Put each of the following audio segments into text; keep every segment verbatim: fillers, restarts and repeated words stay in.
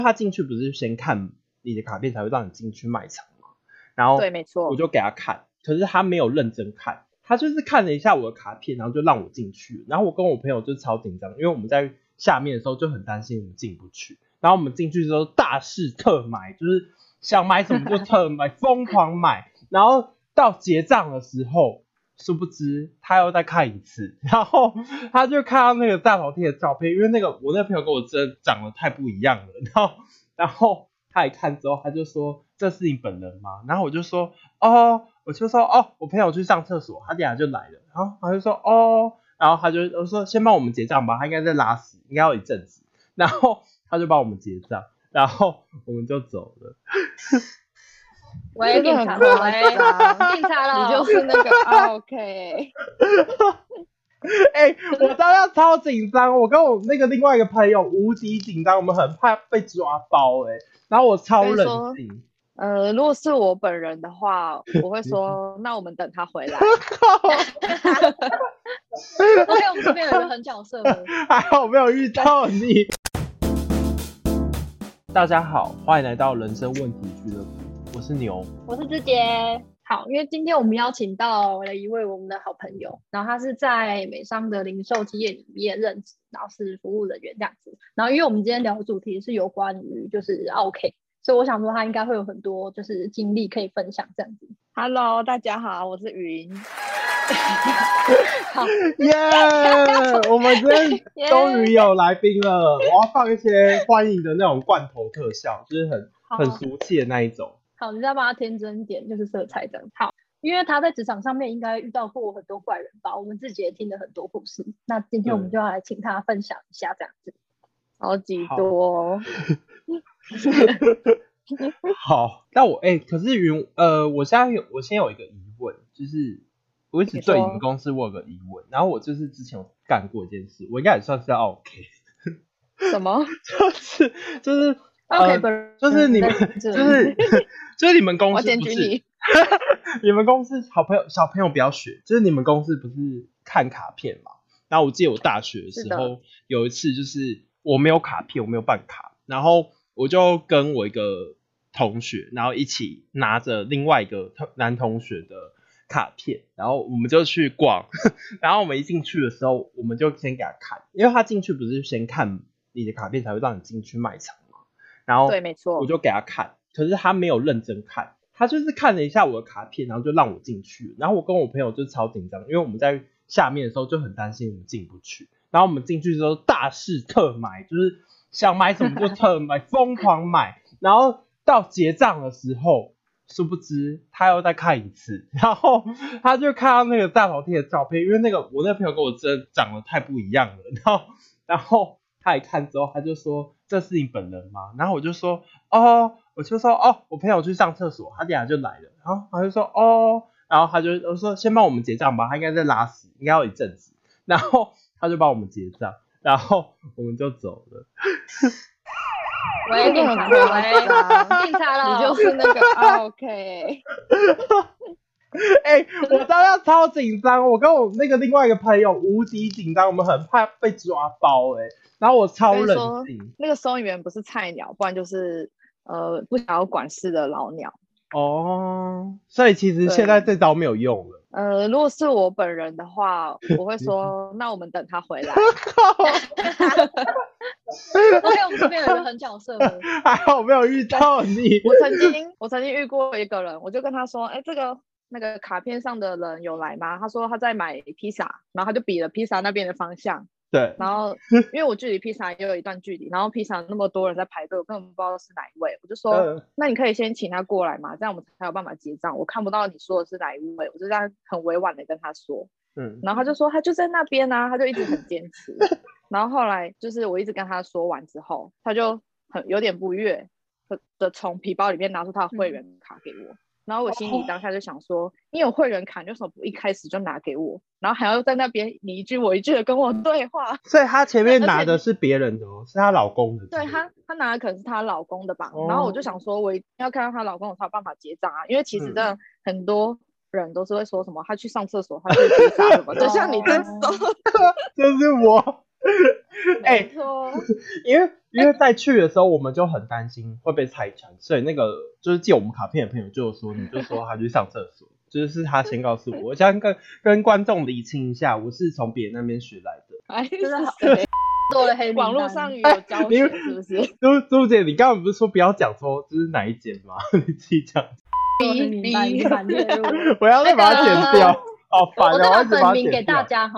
他进去不是先看你的卡片才会让你进去卖场吗？然后对，没错， 我就给他看，可是他没有认真看，他就是看了一下我的卡片，然后就让我进去。然后我跟我朋友就超紧张，因为我们在下面的时候就很担心我们进不去。然后我们进去之后大肆特买，就是想买什么就特买，疯狂买。然后到结账的时候，殊不知他又再看一次，然后他就看到那个大头贴的照片，因为那个我那个朋友跟我真的长得太不一样了，然后然后他一看之后，他就说这是你本人吗？然后我就说哦，我就说哦，我朋友去上厕所，他等一下就来了，然后他就说哦，然后他就我说先帮我们结账吧，他应该在拉屎，应该要一阵子，然后他就帮我们结账，然后我们就走了。 喂，警察了，喂，警察了， 你就是那个啊 OK。 哎、欸，我当时超紧张，我跟我那个另外一个朋友无敌紧张，我们很怕被抓包哎、欸，然后我超冷静。 呃，如果是我本人的话，我会说，那我们等他回来。 OK， 我们这边有一个狠角色， 还好没有遇到你。大家好，欢迎来到人生问题俱乐部，我是牛， 我是芝杰。好，因为今天我们邀请到了一位我们的好朋友，然后他是在美商的零售企业里面任职，然后是服务人员这样子。然后因为我们今天聊的主题是有关于就是 OK， 所以我想说他应该会有很多就是经历可以分享这样子。 Hello， 大家好，我是云。 好， 耶、yeah, 我们今天终于有来宾了，我要放一些欢迎的那种罐头特效，就是很很俗气的那一种。 好，你再帮他添增一点，就是色彩这样。好，因为他在职场上面应该遇到过很多怪人吧，我们自己也听了很多故事。那今天我们就要来请他分享一下这样子。 超级多。 好，那我哎、欸，可是云呃，我现在有我现在有一个疑问，就是我一直对你们公司我有个疑问，然后我就是之前有干过一件事，我应该也算是 OK。 什么？ 就是就是。 OK，、 呃、就是你们，就是就是你们公司不是， 我检举你。 你们公司好朋友小朋友不要学，就是你们公司不是看卡片嘛？然后我记得我大学的时候有一次，就是我没有卡片，我没有办卡，然后我就跟我一个同学，然后一起拿着另外一个男同学的卡片，然后我们就去逛，然后我们一进去的时候，我们就先给他看，因为他进去不是先看你的卡片才会让你进去卖场。然后对，没错， 我就给他看，可是他没有认真看，他就是看了一下我的卡片，然后就让我进去。然后我跟我朋友就超紧张，因为我们在下面的时候就很担心我们进不去。然后我们进去之后大肆特买，就是想买什么就特买，疯狂买。然后到结账的时候，殊不知他又再看一次，然后他就看到那个大头贴的照片，因为那个我那个朋友跟我真的长得太不一样了。然后然后他一看之后，他就说。这是你本人吗？然后我就说哦，我就说哦，我朋友去上厕所，他等一下就来了。然后他就说哦，然后他就我说先帮我们结账吧，他应该在拉屎，应该要一阵子。然后他就帮我们结账，然后我们就走了。 喂，警察了，喂，警察了， 你就是那个啊 OK。 哎、欸，我当时超紧张，我跟我那个另外一个朋友无敌紧张，我们很怕被抓包哎、欸，然后我超冷静。 那个收银员不是菜鸟，不然就是呃不想要管事的老鸟。 哦，所以其实现在这招没有用了。 呃，如果是我本人的话，我会说，那我们等他回来。 OK， 我们这边有一个狠角色， 还好没有遇到你。 我曾经我曾经遇过一个人，我就跟他说，哎，这个。那个卡片上的人有来吗？他说他在买披萨，然后他就比了披萨那边的方向。 对。 然后因为我距离披萨也有一段距离，然后披萨那么多人在排队，我根本不知道是哪一位。我就说，嗯、那你可以先请他过来嘛，这样我们才有办法结账。我看不到你说的是哪一位，我就这样很委婉的跟他说。嗯。然后他就说他就在那边啊，他就一直很坚持。然后后来就是我一直跟他说完之后，他就很有点不悦的从皮包里面拿出他的会员卡给我。嗯，然后我心里当下就想说、哦、你有会员卡，你为什么不一开始就拿给我，然后还要在那边你一句我一句的跟我对话。 所以他前面拿的是别人的哦，是她老公的。 对，他他拿的可能是她老公的吧、哦、然后我就想说我一定要看到她老公我才有办法结账啊，因为其实真的很多人都是会说什么他去上厕所他去披萨什么就像你这种就是我哎、 没错， 因为因为在去的时候我们就很担心会被拆穿，所以那个就是借我们卡片的朋友就说，你就说他去上厕所，就是他先告诉我，我想跟跟观众厘清一下，我是从别人那边学来的。 哎， 就是好谁做了黑名单网络上有教学是不是？ 朱朱姐，你刚刚不是说不要讲说这是哪一间吗？你自己讲。 做了黑名单已经蛮列入了。 我要再把它剪掉，好烦啊！ 我这个一直把它本名给剪掉大。家哈。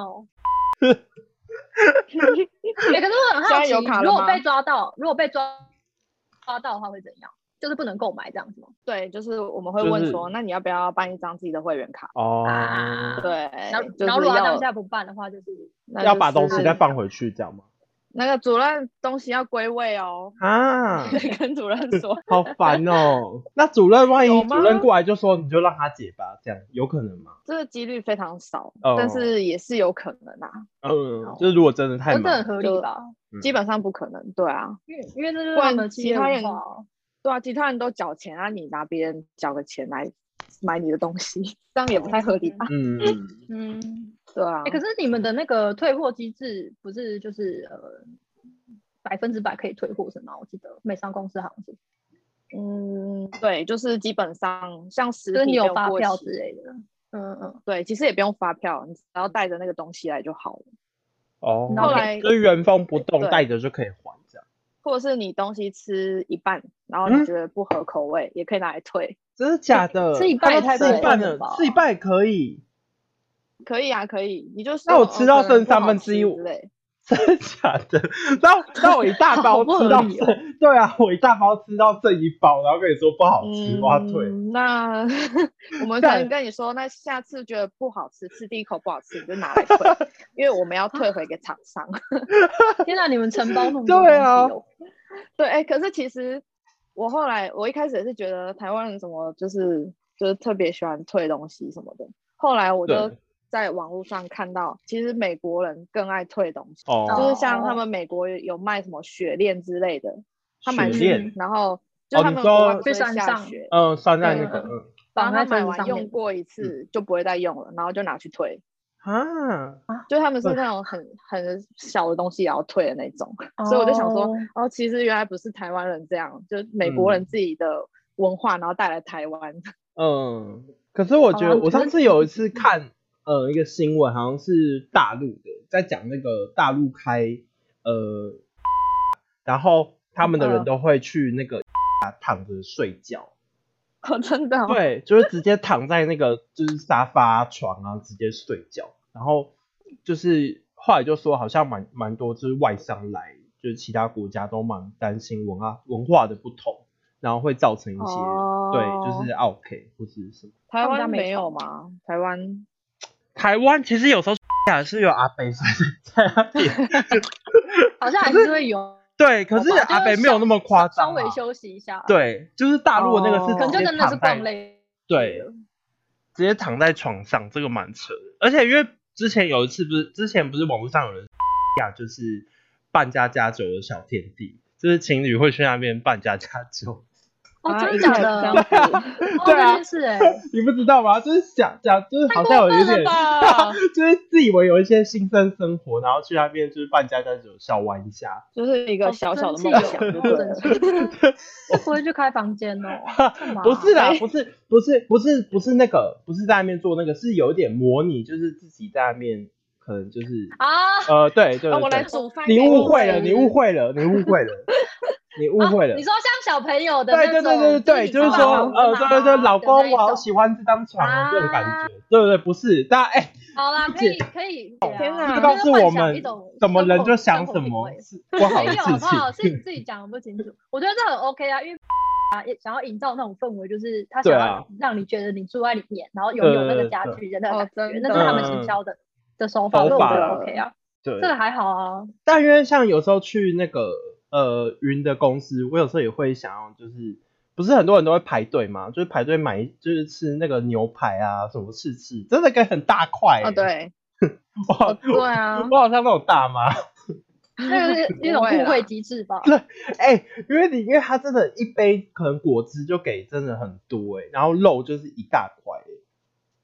欸可是我很好奇现在有卡，了吗如果被抓到，如果被抓抓到的话会怎样？就是不能购买这样子吗？ 对，就是我们会问说，那你要不要办一张自己的会员卡？ 哦， 啊， 对， 然后就是然后如果他要当下不办的话，就是那要把东就是西再放回去，这样吗？ 那个主任东西要归位哦， 啊， 跟主任说。 好烦哦。那主任万一有吗主任过来就说，你就让他解吧，这样有可能吗？ 这个几率非常少， 哦但是也是有可能啊， 嗯，就是如果真的太忙真的很，合理吧？ 嗯基本上不可能，对啊， 因为因为这就是不然他们的企业其他人文化哦。 对啊，其他人都缴钱啊，你拿别人缴个钱来买你的东西，这样也不太合理吧？ 嗯， 嗯， 对啊哎，，可是你们的那个退货机制不是就是呃百分之百可以退货是吗？我记得美商公司好像是， 嗯，对，就是基本上像实就是你有体没有过发票期之类的。嗯嗯， 对，其实也不用发票，你只要带着那个东西来就好了。 哦， 后来就是原封不动对带着就可以还，这样。 或者是你东西吃一半，然后嗯你觉得不合口味，也可以拿来退。 真的假的？ 吃一半也太他都吃一半了过分了吧， 吃一半也可以。 可以啊，可以，你就说那我吃到哦可能剩三不好分之一吃之类。 真的假的？那那我一大包好不吃到合理哦剩，对啊，我一大包吃到剩一包，然后跟你说不好吃，我要退。 嗯，那我们可能跟你说，那下次觉得不好吃，吃第一口不好吃，你就拿来退，因为我们要退回给厂商。 天哪，你们承包那么多对啊东西哦。 对，哎、可是其实我后来，我一开始也是觉得台湾人什么就是就是特别喜欢退东西什么的，后来我就对在网络上看到，其实美国人更爱退东西， 哦， 就是像他们美国有卖什么雪链之类的，他买雪链然后就他们哦你说国外不是会去山上下雪， 嗯，算在那个嗯嗯然后他绑在车买完用子上面。 过一次就不会再用了，然后就拿去退， 啊， 就他们是对那种很很小的东西也要退的那种，所以我就想说， 哦哦，其实原来不是台湾人这样，就美国人嗯自己的文化，然后带来台湾。 嗯，可是我觉得好啊可是我上次有一次看呃一个新闻，好像是大陆的，在讲那个大陆开呃，然后他们的人嗯都会去那个躺着睡觉。 哦，真的、哦？ 对，就是直接躺在那个就是沙发床啊，直接睡觉。然后就是后来就说，好像蛮蛮多就是外商来，就是其他国家都蛮担心文化文化的不同，然后会造成一些、 哦对，就是 OK 或是什么。 台他们家没湾没有床吗？台湾台湾其实有时候是有阿北在在那边， 好像还是会有。 对，可是好吧就是阿北没有那么夸张、啊， 稍微休息一下。， 对，就是大陆的那个是哦直接可能就真的是躺在逛累。 对，直接躺在床上，这个蛮扯的。而且因为之前有一次不是，之前不是网络上有人呀，就是扮家家酒的小天地，就是情侣会去那边扮家家酒。 哦， 啊真的假的？ 一个这样子哦， 对啊这件事哎， 你不知道吗？就是想讲，就是好像有一点， 吧？ 就是自以为有一些新生生活，然后去那边就是扮家家酒小玩一下。 就是一个好小小的生气梦想， 哦就对了。 好生气会不会去开房间哦？干嘛不是啦， 哎不是，不是，不是，不是那个，不是在那边做那个，是有一点模拟，就是自己在那边，可能就是啊？ 呃，对对哦我来对， 煮饭， 你误会了， 了， 你误会了，你误会了，你误会了啊你。说像小朋友的对对那种， 对对对，就是说，呃，对对对，老公，我好喜欢。 欢这张床哦，这种感觉，对对对，不是，大家哎， 好啦，可以可以。 天哪这个这告诉我们什么人就想什么，是不好的没有事好不好？ 情。 是自己讲的不清楚。我觉得这很 OK 啊，因为啊，也想要营造那种氛围，就是他想对啊要让你觉得你住在里面，然后拥有那个家具的那个哦感觉， 真的那是他们行销的的手法，所以我觉得 OK 啊， 对这，个还好啊。 但因为像有时候去那个呃云的公司，我有时候也会想要，就是不是很多人都会排队嘛，就是排队买，就是吃那个牛排啊，什么试吃，真的给很大块、欸。 哦，对， 我好哦对啊我好像那种大妈。 那个是一种互惠机制吧。 哎、因为你因为它真的一杯可能果汁就给真的很多哎、然后肉就是一大块哎、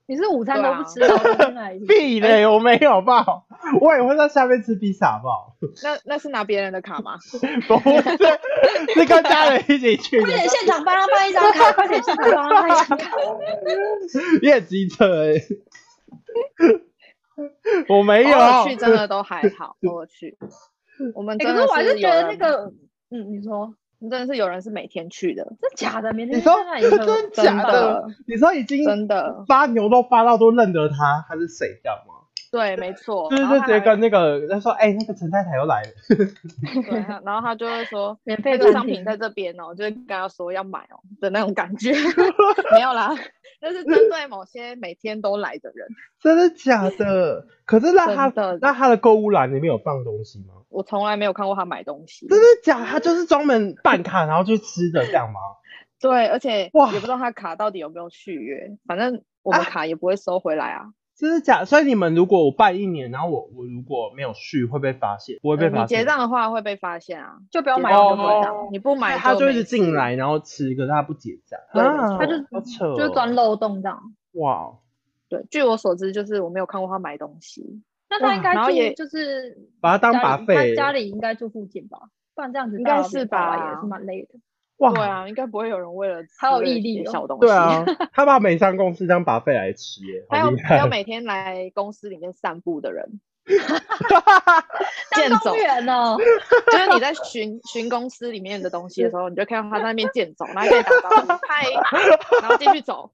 你是午餐都不吃，然后进来屁嘞，我没有好不好？我也会在下面吃披萨好不好？ 那那是拿别人的卡吗？ 不是，是跟家人一起去的。 快点现场帮他办一张卡，快点现场帮他办一张卡。 你很机车哎、欸，我没有。 偶尔去真的都还好，偶尔去。我们真的是、欸、可是我还是觉得那个， 嗯，你说。 真的是有人是每天去的， 真假的？每天你说真假的？你说已经真的发牛都发到都认得他，他是谁这样吗？ 对，没错。 就是就直接跟那个他说，哎、欸，那个陈太太又来了。 对，然后他就会说， 免费那个商品在这边哦，就会跟他说要买哦的那种感觉。没有啦，那是针对某些每天都来的人。 真的假的？可是那他那他的购物篮里面有放东西吗？ 我从来没有看过他买东西。 真的假的？他就是专门办卡然后去吃的这样吗？ 对，而且哇， 也不知道他卡到底有没有续约，反正我们卡也不会收回来啊。啊真的假的？所以你们如果我办一年，然后我我如果没有续，会被发现？不会被发现？ 呃、你结账的话会被发现啊， 就不要买就不结账。 你不买他就一直进进来，然后吃，可是他不结账。 对， 啊、 他就好扯、哦， 就是钻漏洞这样。 哇， 对，据我所知，就是我没有看过他买东西。 那他应该住也就是把他当把费， 家里应该住附近吧？不然这样子应该是吧， 也是蛮累的。 哇， 对啊，应该不会有人为了还有毅力小东西。 对啊，他把美商公司当把费来吃耶， 还有还有每天来公司里面散步的人， 健走哦， 就是你在巡巡公司里面的东西的时候，你就看到他在那边健走，然后跟你打招呼，嗨，然后继续走。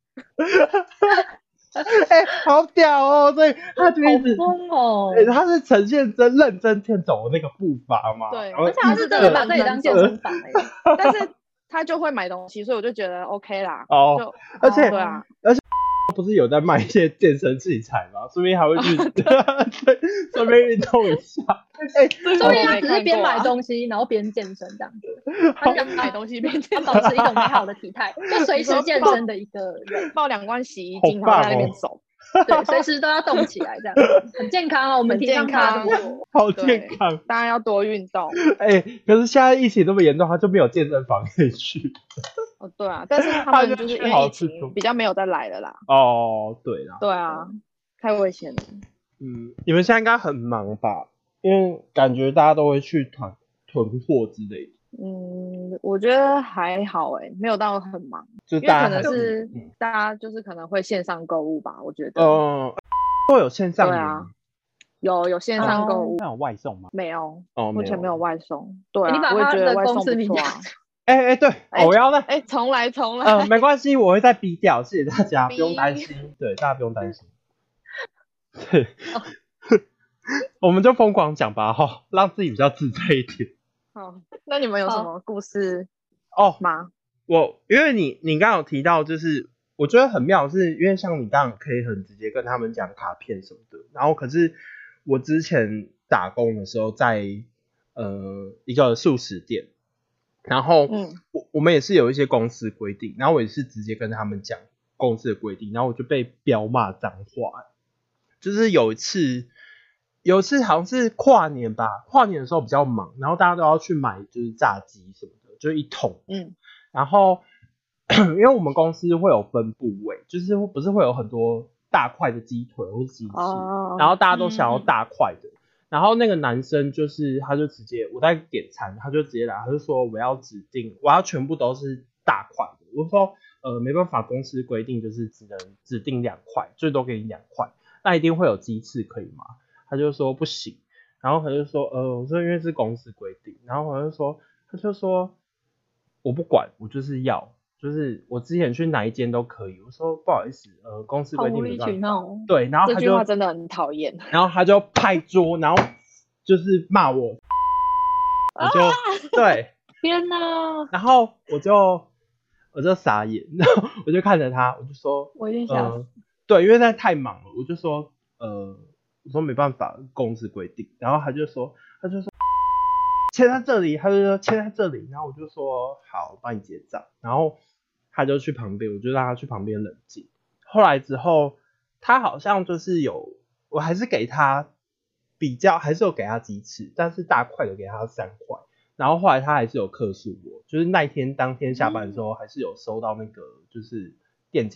哎、欸，好屌哦！所以他就一直疯哦、 欸，他是呈现真认真健走的那个步伐嘛。 对， 而且他是真的把这里当健身房哎、 欸，但是他就会买东西，所以我就觉得 OK 啦。 哦， 就而且、 哦、对啊， 而且不是有在卖一些健身器材吗？顺便还会去，对，顺便运动一下。哎、 欸，所以他只是边买东西，然后边健身这样子。他边买东西边健身， 保持一种美好的体态，就随时健身的一个人。 抱两罐洗衣精，然后在那边走。 对，随时都要动起来，这样很健康哦。我们提倡他这么做， 好健康， 当然要多运动。 哎、欸，可是现在疫情这么严重，他就没有健身房可以去。 哦，对啊，但是他们就是因为疫情比较没有再来了啦。 哦，对啦。 对啊，太危险了。 嗯，你们现在应该很忙吧？因为感觉大家都会去囤囤货之类的。 嗯，我觉得还好哎、欸，没有到很忙， 就因为可能是、嗯、大家就是可能会线上购物吧，我觉得。 嗯、呃，会有线上对啊，有有线上购物。 那、哦、有外送吗？ 没有， 哦， 目前没有外送。对啊， 欸、你把我也觉得外送不错啊。 哎哎、欸，对、欸，我要呢。 哎、欸，重来重来。 呃，没关系，我会再逼掉，谢谢大家，不用担心。对，大家不用担心。对，哦、我们就疯狂讲吧，哈，让自己比较自在一点。 好，那你们有什么故事哦吗？ 我因为你你刚刚有提到，就是我觉得很妙，是因为像你刚刚可以很直接跟他们讲卡片什么的，然后可是我之前打工的时候在呃一个素食店，然后嗯， 我我们也是有一些公司规定，然后我也是直接跟他们讲公司的规定，然后我就被彪骂脏话，就是有一次。有一次好像是跨年吧，跨年的时候比较忙，然后大家都要去买就是炸鸡什么的，就一桶。 嗯， 然后因为我们公司会有分部位，就是不是会有很多大块的鸡腿或鸡翅， 哦、 然后大家都想要大块的。嗯、然后那个男生就是他就直接我在点餐，他就直接来，他就说我要指定，我要全部都是大块的。我就说呃没办法，公司规定就是只能指定两块，最多给你两块，那一定会有鸡翅可以吗？他就说不行，然后他就说，呃，我说因为是公司规定，然后我就说，他就说我不管，我就是要，就是我之前去哪一间都可以。我说不好意思，呃，公司规定没办法。 哦、 对，然后他就这句话真的很讨厌。 然后他就拍桌，然后就是骂我，我就、啊、对， 天哪！ 然后我就我就傻眼，然后我就看着他，我就说， 我有点想、 呃，对，因为那太忙了，我就说，呃。我说没办法，公司规定。然后他就说，他就说签在这里，他就说签在这里。然后我就说好，我帮你结账。然后他就去旁边，我就让他去旁边冷静。后来之后，他好像就是有，我还是给他比较，还是有给他鸡翅，但是大块的给他三块。然后后来他还是有客诉我，就是那一天当天下班的时候，还是有收到那个就是店经理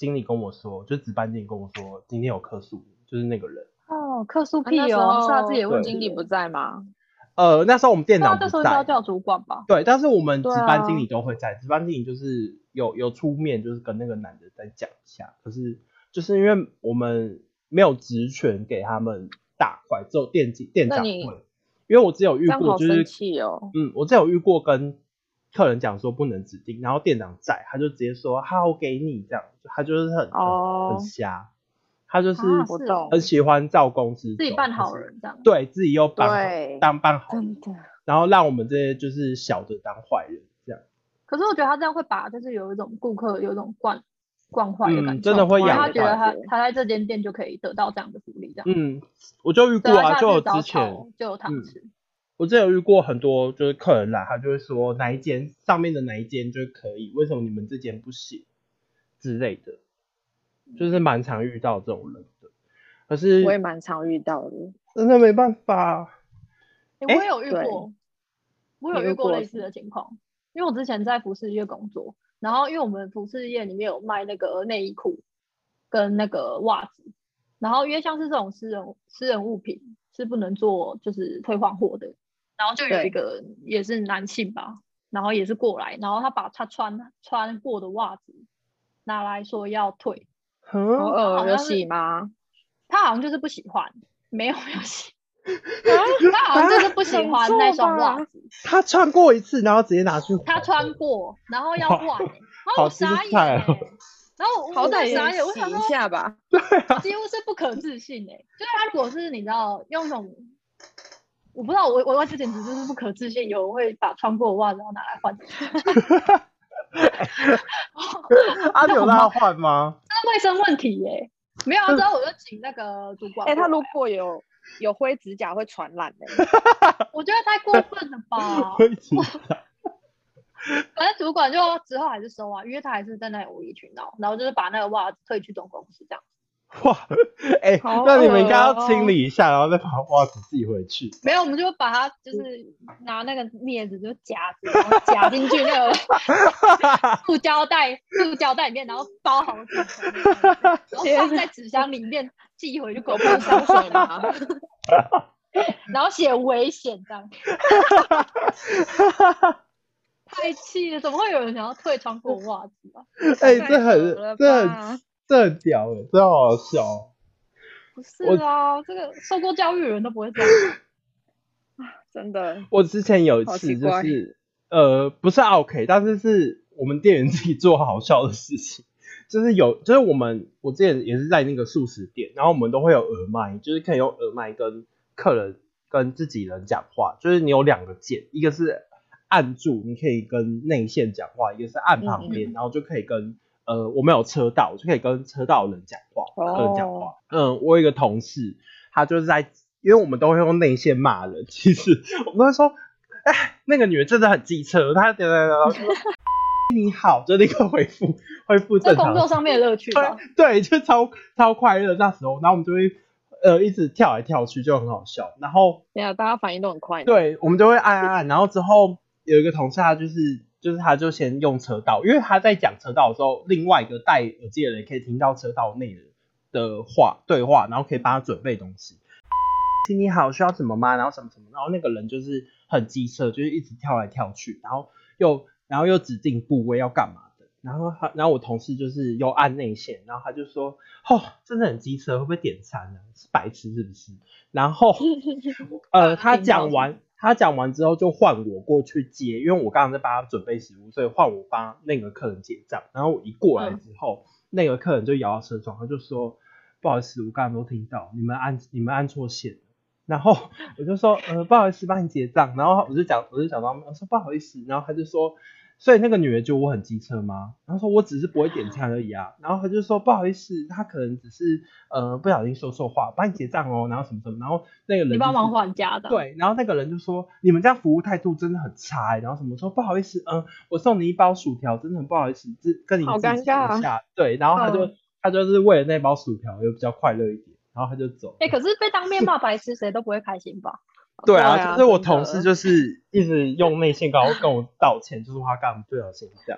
经理跟我说，就值班经理跟我说，今天有客诉，就是那个人。 哦，客诉屁哦， 是他自己的问题。 经理不在吗？ 呃，那时候我们店长不在， 那时候就要叫主管吧。 对，但是我们值班啊经理都会在，值班经理就是有有出面，就是跟那个男的再讲一下。可是就是因为我们没有职权给他们大块，只有店店长会。因为我只有遇过，就是、 哦、 嗯，我只有遇过跟客人讲说不能指定，然后店长在，他就直接说好，我给你这样，他就是很、 哦、 很瞎。他就是啊很喜欢照公司自己扮好人这样， 对自己又扮当扮好人，然后让我们这些就是小的当坏人这样。 可是我觉得他这样会把就是有一种顾客有一种惯惯坏的感觉、 嗯，真的会养坏。 他觉得他他在这间店就可以得到这样的福利这样。 嗯，我就遇过啊，就有之前就有糖吃、嗯。 我之前有遇过很多就是客人来，他就会说哪一间上面的哪一间就可以，为什么你们这间不行之类的。就是蛮常遇到这种人的，可是我也蛮常遇到的， 真的没办法。 欸、我也有遇过，我有遇过类似的情况，因为我之前在服饰业工作，然后因为我们服饰业里面有卖那个内衣裤跟那个袜子，然后因为像是这种私人私人物品是不能做就是退换货的，然后就有一个也是男性吧，然后也是过来，然后他把他穿穿过的袜子拿来说要退。 嗯，哦，有洗吗？ 他好像就是不喜欢，没有没有洗。他好像就是不喜欢那双袜子。 他穿过一次，然后直接拿去。 他穿过，然后要换、欸，然后我傻眼、欸。然后我好歹傻眼，我想洗一下吧。 对啊， 几乎是不可置信哎、欸，就是他如果是你知道用那种，我不知道我我之前只是不可置信，有人会把穿过的袜子然后拿来换。 啊，你有让他换吗？ 这是卫生问题耶、欸，没有啊，之后我就请那个主管。 哎、欸，他如果有有灰指甲会传染的、 欸，我觉得太过分了吧。 灰指甲， 反正主管就之后还是收啊，因为他还是在那里无理取闹，然后就是把那个袜子退去总公司这样。 哇，哎、欸，那你们应该要清理一下，然后再把袜子寄回去。 没有，我们就把它就是拿那个镊子就夹子，然后夹进去那个塑胶袋，塑胶袋里面，然后包好几层，然后放在纸箱里面寄回去，狗不香水嘛，然后写危险这样。太气了，怎么会有人想要退穿过袜子啊？ 哎、欸，这很这很。这很屌哎，真好笑、哦。 不是啊，这个受过教育的人都不会这样。 真的。 我之前有一次就是呃，不是 OK， 但是是我们店员自己做好笑的事情，就是有就是我们我之前也是在那个素食店，然后我们都会有耳麦，就是可以用耳麦跟客人跟自己人讲话，就是你有两个键，一个是按住你可以跟内线讲话，一个是按旁边，嗯嗯然后就可以跟。呃，我们有车道，我就可以跟车道的人讲话，跟、oh. 人讲话。嗯，我有一个同事，他就是在，因为我们都会用内线骂人，其实我们都会说，哎，那个女人真的很机车，她等等等，你好，就立刻回复恢复正常。 在工作上面的乐趣吧。 对，就超超快乐那时候，然后我们就会呃一直跳来跳去，就很好笑。然后对啊，大家反应都很快。 对，我们就会按按按，然后之后有一个同事，他就是。就是他就先用车道，因为他在讲车道的时候，另外一个戴耳机的人可以听到车道内的话对话，然后可以帮他准备东西。你好，需要什么吗？然后什么什么，然后那个人就是很机车，就是一直跳来跳去，然后又然后又指定部位要干嘛的，然后他然后我同事就是又按内线，然后他就说，哦，真的很机车，会不会点餐呢、啊？是白痴是不是？然后呃，他讲完。他讲完之后就换我过去接，因为我刚刚在帮他准备食物，所以换我帮那个客人结账。然后我一过来之后，嗯、那个客人就摇到车窗，他就说：“不好意思，我刚刚都听到你们按你们按错线了。”然后我就说：“呃，不好意思，帮你结账。”然后我就讲我就讲到我说不好意思，然后他就说。所以那个女人觉得我很机车吗？然后说我只是不会点餐而已啊。然后他就说不好意思，他可能只是呃不小心说错话，帮你结账哦，然后什么什么。然后那个人、就是、 你帮忙还价的。 对，然后那个人就说你们这样服务态度真的很差、欸，然后什么说不好意思，嗯，我送你一包薯条，真的很不好意思，跟你好尴尬一下。对，然后他就、嗯、他就是为了那包薯条又比较快乐一点，然后他就走。 哎、欸，可是被当面骂白痴，谁都不会开心吧？ 对啊，对啊就是我同事就是一直用内线跟我跟我道歉，就是他干嘛不小心这样，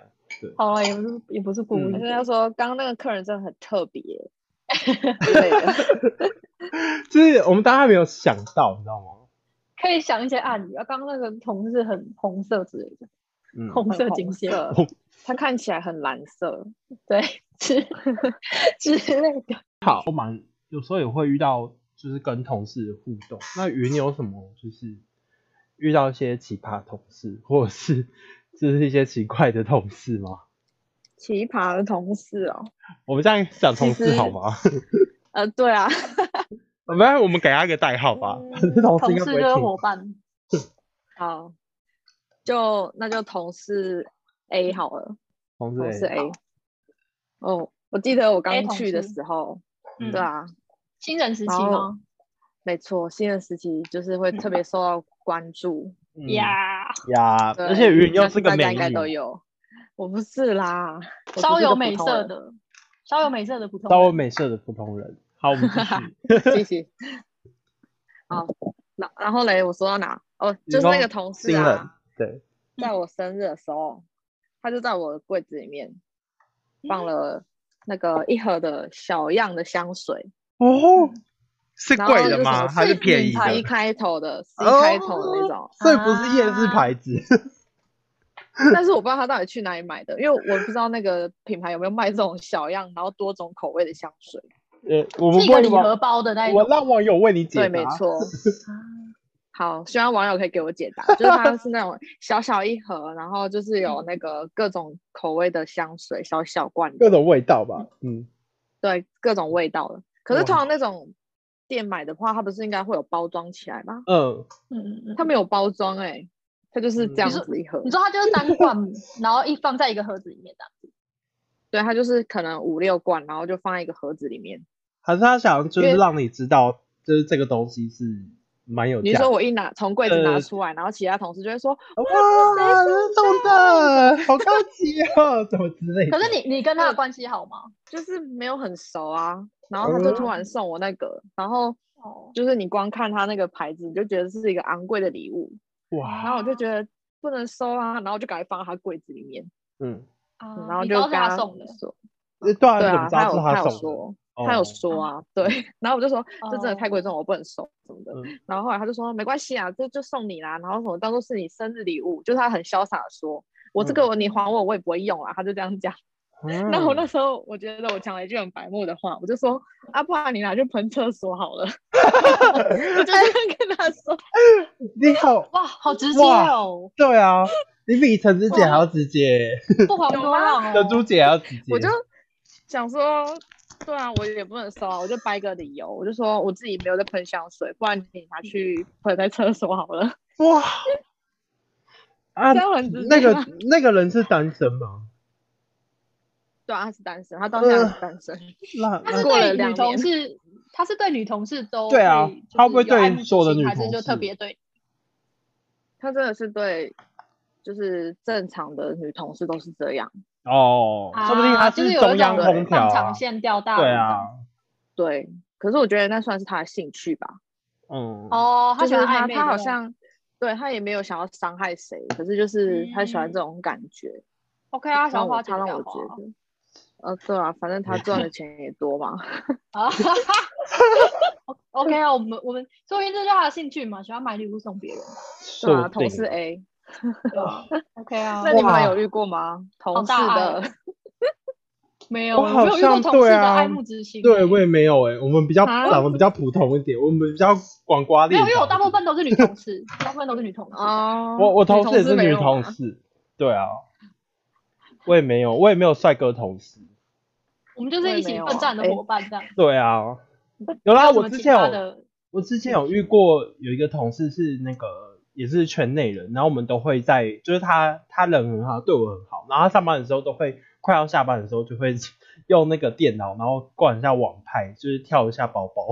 对， 好了，也不是也不是故意而且的。 他说刚刚那个客人真的很特别之类的。 就是我们大家没有想到，你知道吗？ 可以想一些暗语啊，刚刚那个同事很红色之类的， 嗯， 红色很警戒， 红色，他看起来很蓝色， 对，之之类的。 好，蛮有时候也会遇到，就是跟同事的互动。那云你有什么就是遇到一些奇葩同事，或者是就是一些奇怪的同事吗？ 奇葩的同事哦。 我们这样讲同其实事好吗？ 呃，对啊。 我们我们给他一个代号吧， 嗯反正同事应同事就是该不会听。 伙伴， 好，就那就同事 A 好了， 同事同事 A， A。哦，我记得我 A 同刚去的事时候， 嗯对啊， 新人时然后期吗？ 没错，新的时期就是会特别受到关注。 嗯呀， 呀， 对， 而且云又相是个美信大家应该都女， 有。我不是啦，我稍有只是个普通人。 美色的，稍有美色的普通稍微人。 美色的普通人。好，我们继续。 谢谢。好，然然后嘞，我说到哪？哦， 你就是那个说同事新人， 啊， 对， 在我生日的时候，他就在我的柜子里面放了那个一盒的小样的香水， 哦，是然后贵的吗？ 就什么还是便宜的？ C 开头的 C 哦开头的那种。 所以不是夜市牌子。 但是我不知道他到底去哪里买的，因为我不知道那个品牌有没有卖这种小样，然后多种口味的香水。 呃，我们是一不会网个礼盒包的那一种。 我让网友为你解对， 答。 没错。好，希望网友可以给我解答，就是它是那种小小一盒，然后就是有那个各种口味的香水，小小罐的， 各种味道吧，嗯， 对，各种味道的。可是哇通常那种店买的话，它不是应该会有包装起来吗？ 嗯， 嗯嗯， 它没有包装哎、欸，它就是这样你说子一盒。 你说它就是单罐，然后一放在一个盒子里面的。 对，它就是可能五六罐，然后就放在一个盒子里面。 还是他想就因为是让你知道，就是这个东西是蛮有价值。 你说我一拿从柜子拿呃出来，然后其他同事就会说哇， 哇， 这是送的，好高级哦，什么之类的。 可是你你跟他的关系好吗？ 就是没有很熟啊，然后他就突然送我那个，然后哦， 就是你光看他那个牌子，你就觉得是一个昂贵的礼物，然后哇， 我就觉得不能收啊，然后就赶快放在他柜子里面， 嗯， 啊嗯然后你知道是就跟他他送的。 说， 呃对啊， 对啊， 你怎么知道是他有他有送的？ 说， 哦他有说啊，对，然后我就说这真的太贵重， 哦我不能收什么的， 嗯然后后来他就说没关系啊，这就送你啦，然后什么当做是你生日礼物，就是他很潇洒的说，我这个你还我，我也不会用啊，他就这样讲。 嗯那我那时候我觉得我讲了一句很白目的话，我就说啊，不然你拿去喷厕所好了。我就这样跟他说。 你好， 哇，好直接哦， 对啊，你比陈子姐还要直接， 不遑多让哦。 珍珠姐还要直接。 我就想说，对啊，我也不能收啊，我就掰个理由，我就说我自己没有在喷香水，不然你拿去喷在厕所好了。 哇，啊， 这样很直接那个吗那个人是单身吗？ 对啊，他是单身，他到现在还是单身。 那他是过了对女同两年事，他是对女同事都对啊会他会不会对就是有爱慕之所有的女心还是就同事特别对？ 他真的是对，就是正常的女同事都是这样。 哦，说不定他啊就是有一中央种空调啊放长。线钓大鱼的。 对啊， 对，可是我觉得那算是他的兴趣吧。 嗯， 哦，他就是他， 喜欢暧昧的他好那种像对他也没有想要伤害谁，可是就是他喜欢这种感觉。 OK 啊，想让我要花钱他让我就花觉得，呃，对啊，反正他赚的钱也多嘛。 啊。OK 啊，我们我们说明这就是他的兴趣嘛，喜欢买礼物送别人嘛。 对啊， 说不定同事 A。 对啊，OK 啊那。你们哇有遇过吗？同事大爱的哦没有， 我好我没有遇过像同事的对啊爱慕之心欸。 对我也没有哎、我们比较啊长得比较普通一点，我们比较广瓜没有， 裂枣。 因为我大部分都是女同事，大部分都是女同事。 哦， 我我同事也是女没有吗同事，对啊，我也没有，我也没有帅哥同事， 我们就是一起奋战的伙伴这样。 对啊，有啦， 还有什么其我之前有他的？ 我之前有遇过有一个同事是那个也是圈内人，然后我们都会在，就是他他人很好，对我很好，然后他上班的时候都会快要下班的时候就会用那个电脑，然后逛一下网拍，就是跳一下包包。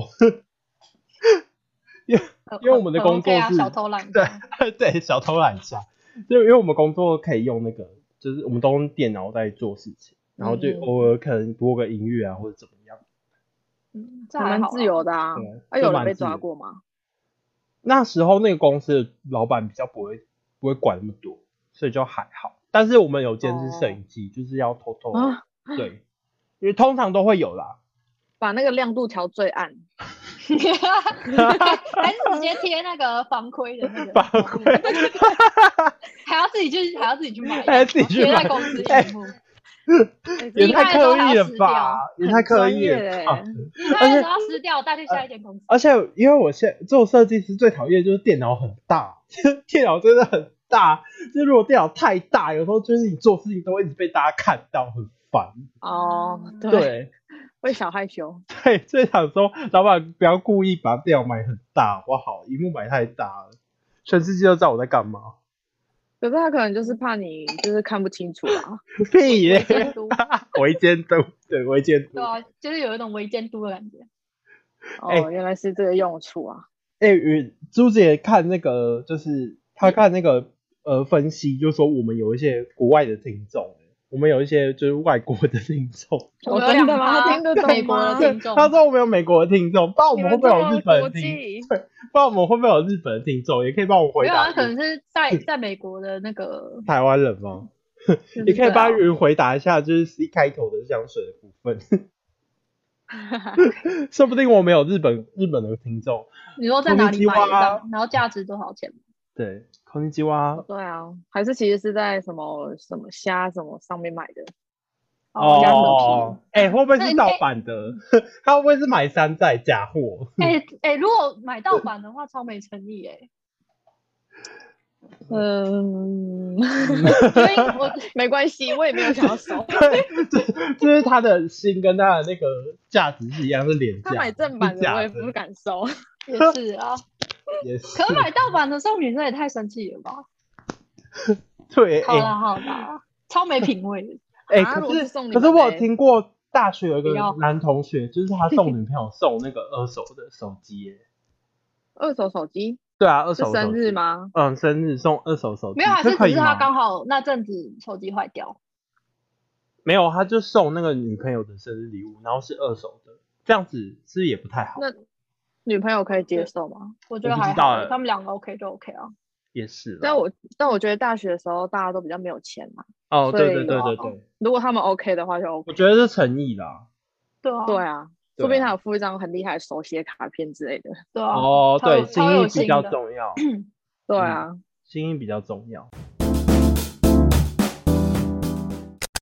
因为因为我们的工作很 OK 啊是小偷懒对对小偷懒一下，就因为我们工作可以用那个，就是我们都用电脑在做事情，然后就嗯偶尔可能播个音乐啊或者怎么样。 嗯，这还蛮还好啦自由的啊。 对啊，有人被就蛮自由抓过吗？ 那时候那个公司的老板比较不会不会管那么多，所以就还好。 但是我们有监视摄影机，哦、就是要偷偷、啊、对，因为通常都会有啦。 把那个亮度调最暗， 还是直接贴那个防窥的那个防窥， 还要自己去还要自己去买， 还要自己去买， 贴在公司荧幕。 也太刻意了吧！也太刻意了。 离开的时候要撕掉，带去下一间公司。 而且因为我现做设计师最讨厌就是电脑很大，电脑真的很大。就如果电脑太大，有时候就是你做事情都会一直被大家看到，很烦。 哦，对， 对会小害羞。 对，所以想说老板不要故意把电脑买很大，好不好？荧幕买太大了，全世界都知道我在干嘛。 可是他可能就是怕你就是看不清楚啊。 屁耶！ 微监督， 微监督，对，微监督。 对啊，就是有一种微监督的感觉。 哦，欸、原来是这个用处啊。 哎、欸，朱姐看那个，就是她看那个、嗯、呃分析，就说我们有一些国外的听众，我们有一些就是外国的听众。 我真的吗？他听得懂美国的听众。 他说我们有美国的听众，不知道我们会不会有日本的听众？对，不知道我们会不会有日本的听众，也可以帮我回答。 没有啊，可能是在在美国的那个台湾人吗？你可以帮云回答一下，就是 C 开头的香水的部分。说不定我们有日本日本的听众。 你说在哪里买的？然后价值多少钱？ 对，空气鸡蛙。 对啊，还是其实是在什么什么虾什么上面买的。 哦，哎、欸，会不会是盗版的？他会不会是买山寨假货？ 哎哎、欸欸，如果买盗版的话，超没诚意哎、欸。 嗯， 所以我没关系，我也没有想要收。 对，就就是他的心跟他的那个价值是一样，是廉价。 他买正版的，我也不敢收。 也是啊， 也是。 可买盗版的时候，女生也太生气了吧？ 对， 好啦好啦，超没品味的。 哎、欸，可是可是我有听过大学有一个男同学，就是他送女朋友送那个二手的手机耶。 二手手机？ 对啊，二手手机。 是生日吗？ 嗯，生日送二手手机。 没有，还是只是他刚好那阵子手机坏掉。 没有，他就送那个女朋友的生日礼物，然后是二手的，这样子是不是也不太好？ 那女朋友可以接受吗？ 我觉得还好，他们两个 OK 就 OK 啊。 也是， 但我但我觉得大学的时候大家都比较没有钱嘛。 哦，对对对对对。 如果他们 OK 的话就 OK。 我觉得是诚意啦。 对啊。 对啊，说不定他有附一张很厉害的手写卡片之类的。 对啊。 哦，对，心意比较重要。 对啊、 嗯，心意比较重要。